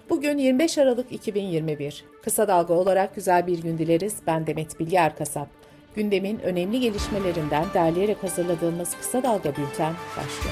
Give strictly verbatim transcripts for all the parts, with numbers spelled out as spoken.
Bugün yirmi beş Aralık iki bin yirmi bir. Kısa Dalga olarak güzel bir gün dileriz. Ben Demet Bilge Erkasap. Gündemin önemli gelişmelerinden derleyerek hazırladığımız Kısa Dalga Bülten başlıyor.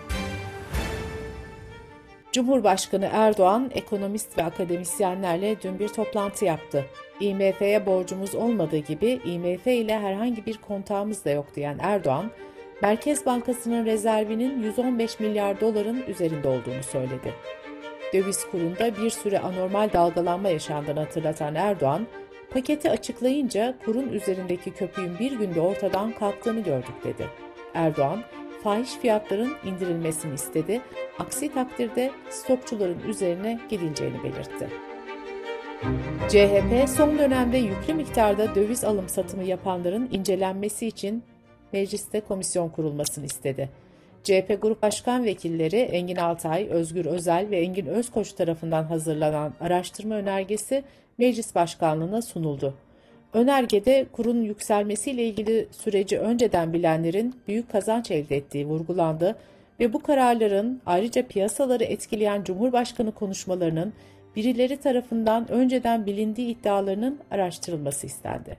Cumhurbaşkanı Erdoğan, ekonomist ve akademisyenlerle dün bir toplantı yaptı. I M F'ye borcumuz olmadığı gibi I M F ile herhangi bir kontağımız da yok diyen Erdoğan, Merkez Bankası'nın rezervinin yüz on beş milyar doların üzerinde olduğunu söyledi. Döviz kurunda bir süre anormal dalgalanma yaşandığını hatırlatan Erdoğan, paketi açıklayınca kurun üzerindeki köpüğün bir günde ortadan kalktığını gördük dedi. Erdoğan, fahiş fiyatların indirilmesini istedi, aksi takdirde stokçuların üzerine gidileceğini belirtti. C H P son dönemde yüklü miktarda döviz alım satımı yapanların incelenmesi için mecliste komisyon kurulmasını istedi. C H P Grup Başkan Vekilleri Engin Altay, Özgür Özel ve Engin Özkoç tarafından hazırlanan araştırma önergesi Meclis Başkanlığı'na sunuldu. Önergede kurun yükselmesiyle ilgili süreci önceden bilenlerin büyük kazanç elde ettiği vurgulandı ve bu kararların ayrıca piyasaları etkileyen Cumhurbaşkanı konuşmalarının birileri tarafından önceden bilindiği iddialarının araştırılması istendi.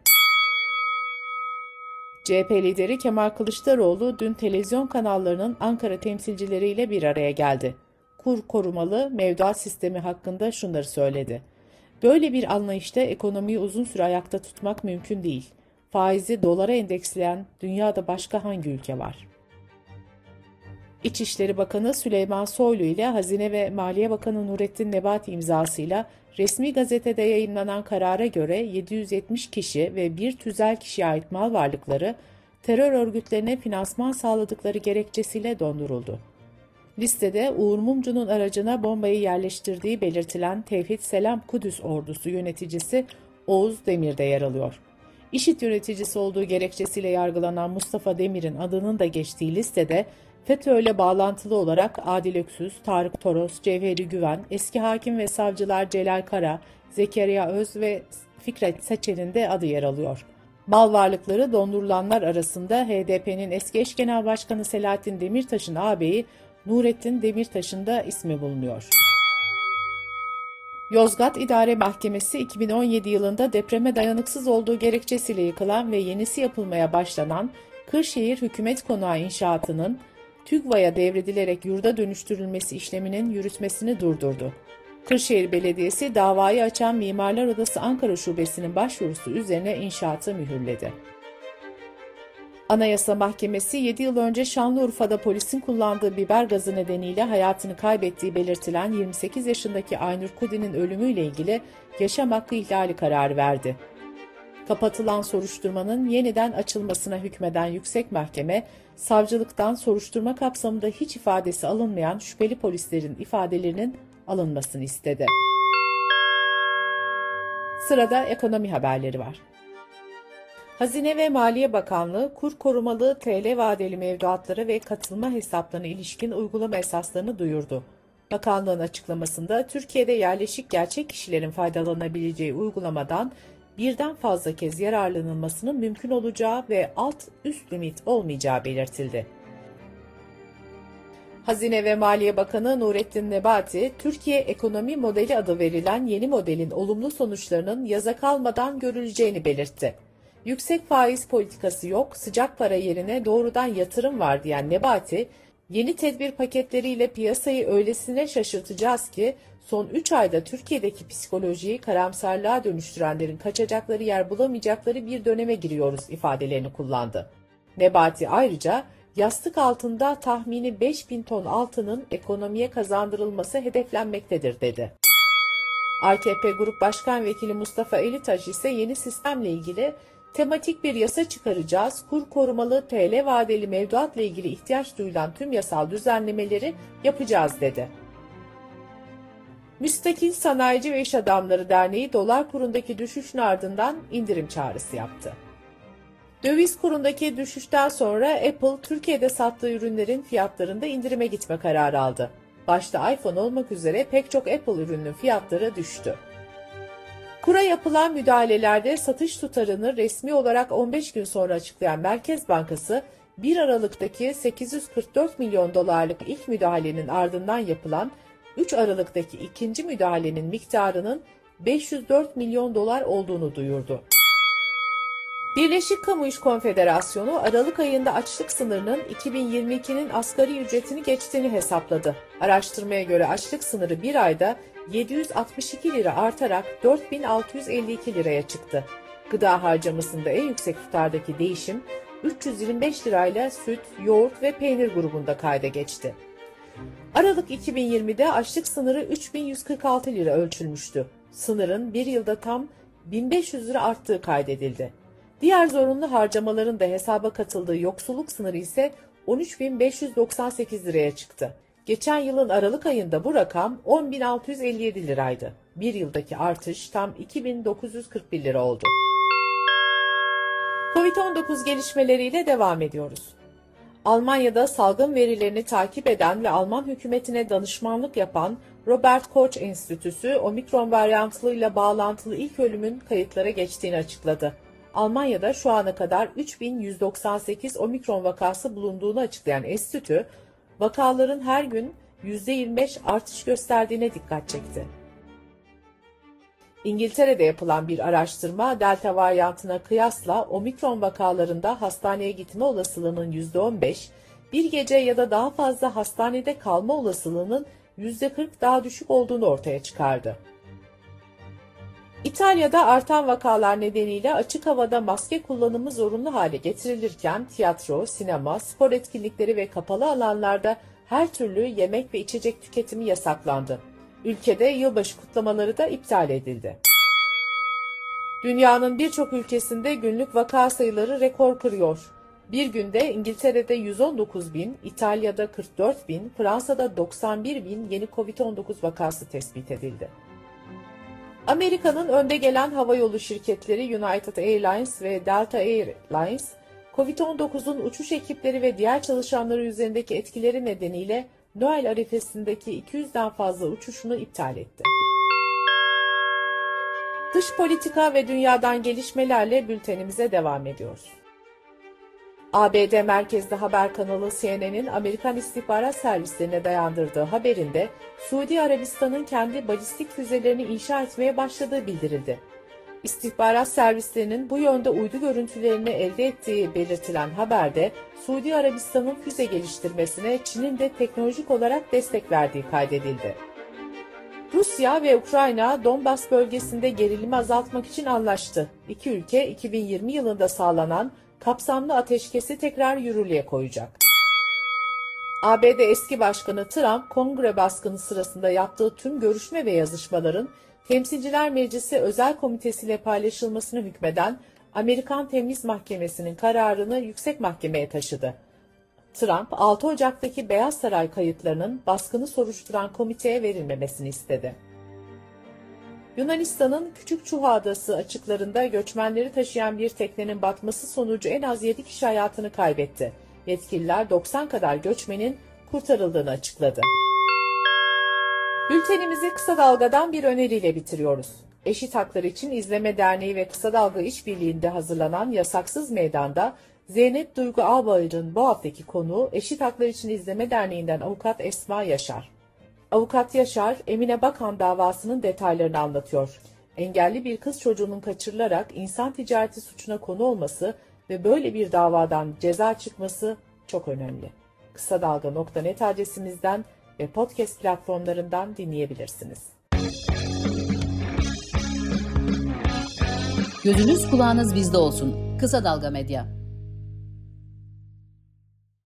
C H P lideri Kemal Kılıçdaroğlu dün televizyon kanallarının Ankara temsilcileriyle bir araya geldi. Kur korumalı mevduat sistemi hakkında şunları söyledi. Böyle bir anlayışta ekonomiyi uzun süre ayakta tutmak mümkün değil. Faizi dolara endeksleyen dünyada başka hangi ülke var? İçişleri Bakanı Süleyman Soylu ile Hazine ve Maliye Bakanı Nurettin Nebati imzasıyla resmi gazetede yayınlanan karara göre yedi yüz yetmiş kişi ve bir tüzel kişiye ait mal varlıkları terör örgütlerine finansman sağladıkları gerekçesiyle donduruldu. Listede Uğur Mumcu'nun aracına bombayı yerleştirdiği belirtilen Tevhid Selam Kudüs ordusu yöneticisi Oğuz Demir de yer alıyor. İŞİD yöneticisi olduğu gerekçesiyle yargılanan Mustafa Demir'in adının da geçtiği listede FETÖ'yle bağlantılı olarak Adil Öksüz, Tarık Toros, Cevheri Güven, eski hakim ve savcılar Celal Kara, Zekeriya Öz ve Fikret Seçer'in de adı yer alıyor. Mal varlıkları dondurulanlar arasında H D P'nin eski eş genel başkanı Selahattin Demirtaş'ın ağabeyi Nurettin Demirtaş'ın da ismi bulunuyor. Yozgat İdare Mahkemesi iki bin on yedi yılında depreme dayanıksız olduğu gerekçesiyle yıkılan ve yenisi yapılmaya başlanan Kırşehir Hükümet Konağı inşaatının TÜGVA'ya devredilerek yurda dönüştürülmesi işleminin yürütmesini durdurdu. Kırşehir Belediyesi davayı açan Mimarlar Odası Ankara Şubesi'nin başvurusu üzerine inşaatı mühürledi. Anayasa Mahkemesi yedi yıl önce Şanlıurfa'da polisin kullandığı biber gazı nedeniyle hayatını kaybettiği belirtilen yirmi sekiz yaşındaki Aynur Kudi'nin ölümüyle ilgili yaşam hakkı ihlali kararı verdi. Kapatılan soruşturmanın yeniden açılmasına hükmeden Yüksek Mahkeme, savcılıktan soruşturma kapsamında hiç ifadesi alınmayan şüpheli polislerin ifadelerinin alınmasını istedi. Sırada ekonomi haberleri var. Hazine ve Maliye Bakanlığı, kur korumalı T L vadeli mevduatlara ve katılma hesaplarına ilişkin uygulama esaslarını duyurdu. Bakanlığın açıklamasında Türkiye'de yerleşik gerçek kişilerin faydalanabileceği uygulamadan birden fazla kez yararlanılmasının mümkün olacağı ve alt üst limit olmayacağı belirtildi. Hazine ve Maliye Bakanı Nurettin Nebati, Türkiye Ekonomi Modeli adı verilen yeni modelin olumlu sonuçlarının yaza kalmadan görüleceğini belirtti. Yüksek faiz politikası yok, sıcak para yerine doğrudan yatırım var diyen Nebati, yeni tedbir paketleriyle piyasayı öylesine şaşırtacağız ki son üç ayda Türkiye'deki psikolojiyi karamsarlığa dönüştürenlerin kaçacakları yer bulamayacakları bir döneme giriyoruz ifadelerini kullandı. Nebati ayrıca yastık altında tahmini beş bin ton altının ekonomiye kazandırılması hedeflenmektedir dedi. A K P Grup Başkan Vekili Mustafa Elitaş ise yeni sistemle ilgili tematik bir yasa çıkaracağız, kur korumalı T L vadeli mevduatla ilgili ihtiyaç duyulan tüm yasal düzenlemeleri yapacağız dedi. Müstakil Sanayici ve İş Adamları Derneği dolar kurundaki düşüşün ardından indirim çağrısı yaptı. Döviz kurundaki düşüşten sonra Apple, Türkiye'de sattığı ürünlerin fiyatlarında indirime gitme kararı aldı. Başta iPhone olmak üzere pek çok Apple ürünün fiyatları düştü. Kura yapılan müdahalelerde satış tutarını resmi olarak on beş gün sonra açıklayan Merkez Bankası, bir Aralık'taki sekiz yüz kırk dört milyon dolarlık ilk müdahalenin ardından yapılan üç Aralık'taki ikinci müdahalenin miktarının beş yüz dört milyon dolar olduğunu duyurdu. Birleşik Kamu İş Konfederasyonu, Aralık ayında açlık sınırının iki bin yirmi ikinin asgari ücretini geçtiğini hesapladı. Araştırmaya göre açlık sınırı bir ayda yedi yüz altmış iki lira artarak dört bin altı yüz elli iki liraya çıktı. Gıda harcamasında en yüksek tutardaki değişim üç yüz yirmi beş lirayla süt, yoğurt ve peynir grubunda kayda geçti. Aralık iki bin yirmide açlık sınırı üç bin yüz kırk altı lira ölçülmüştü. Sınırın bir yılda tam bin beş yüz lira arttığı kaydedildi. Diğer zorunlu harcamaların da hesaba katıldığı yoksulluk sınırı ise on üç bin beş yüz doksan sekiz liraya çıktı. Geçen yılın Aralık ayında bu rakam on bin altı yüz elli yedi liraydı. Bir yıldaki artış tam iki bin dokuz yüz kırk bir lira oldu. kovid on dokuz gelişmeleriyle devam ediyoruz. Almanya'da salgın verilerini takip eden ve Alman hükümetine danışmanlık yapan Robert Koch Enstitüsü, omikron varyantıyla bağlantılı ilk ölümün kayıtlara geçtiğini açıkladı. Almanya'da şu ana kadar üç bin yüz doksan sekiz omikron vakası bulunduğunu açıklayan enstitü, vakaların her gün yüzde yirmi beş artış gösterdiğine dikkat çekti. İngiltere'de yapılan bir araştırma, delta varyantına kıyasla omikron vakalarında hastaneye gitme olasılığının yüzde on beş, bir gece ya da daha fazla hastanede kalma olasılığının yüzde kırk daha düşük olduğunu ortaya çıkardı. İtalya'da artan vakalar nedeniyle açık havada maske kullanımı zorunlu hale getirilirken tiyatro, sinema, spor etkinlikleri ve kapalı alanlarda her türlü yemek ve içecek tüketimi yasaklandı. Ülkede yılbaşı kutlamaları da iptal edildi. Dünyanın birçok ülkesinde günlük vaka sayıları rekor kırıyor. Bir günde İngiltere'de yüz on dokuz bin, İtalya'da kırk dört bin, Fransa'da doksan bir bin yeni kovid on dokuz vakası tespit edildi. Amerika'nın önde gelen havayolu şirketleri United Airlines ve Delta Airlines, kovid on dokuzun uçuş ekipleri ve diğer çalışanları üzerindeki etkileri nedeniyle Noel arifesindeki iki yüzden fazla uçuşunu iptal etti. Dış politika ve dünyadan gelişmelerle bültenimize devam ediyoruz. A B D merkezli haber kanalı C N N'in Amerikan istihbarat servislerine dayandırdığı haberinde Suudi Arabistan'ın kendi balistik füzelerini inşa etmeye başladığı bildirildi. İstihbarat servislerinin bu yönde uydu görüntülerini elde ettiği belirtilen haberde Suudi Arabistan'ın füze geliştirmesine Çin'in de teknolojik olarak destek verdiği kaydedildi. Rusya ve Ukrayna Donbas bölgesinde gerilimi azaltmak için anlaştı. İki ülke iki bin yirmi yılında sağlanan kapsamlı ateşkesi tekrar yürürlüğe koyacak. A B D eski başkanı Trump, kongre baskını sırasında yaptığı tüm görüşme ve yazışmaların Temsilciler Meclisi Özel Komitesi ile paylaşılmasını hükmeden Amerikan Temiz Mahkemesi'nin kararını yüksek mahkemeye taşıdı. Trump, altı Ocak'taki Beyaz Saray kayıtlarının baskını soruşturan komiteye verilmemesini istedi. Yunanistan'ın Küçük Çuha Adası açıklarında göçmenleri taşıyan bir teknenin batması sonucu en az yedi kişi hayatını kaybetti. Yetkililer doksan kadar göçmenin kurtarıldığını açıkladı. Bültenimizi Kısa Dalga'dan bir öneriyle bitiriyoruz. Eşit Haklar İçin İzleme Derneği ve Kısa Dalga İşbirliği'nde hazırlanan Yasaksız Meydan'da Zeynep Duygu Albayır'ın bu haftaki konuğu Eşit Haklar İçin İzleme Derneği'nden avukat Esma Yaşar. Avukat Yaşar, Emine Bakan davasının detaylarını anlatıyor. Engelli bir kız çocuğunun kaçırılarak insan ticareti suçuna konu olması ve böyle bir davadan ceza çıkması çok önemli. kısa dalga nokta net adresimizden ve podcast platformlarından dinleyebilirsiniz. Gözünüz kulağınız bizde olsun. Kısa Dalga Medya.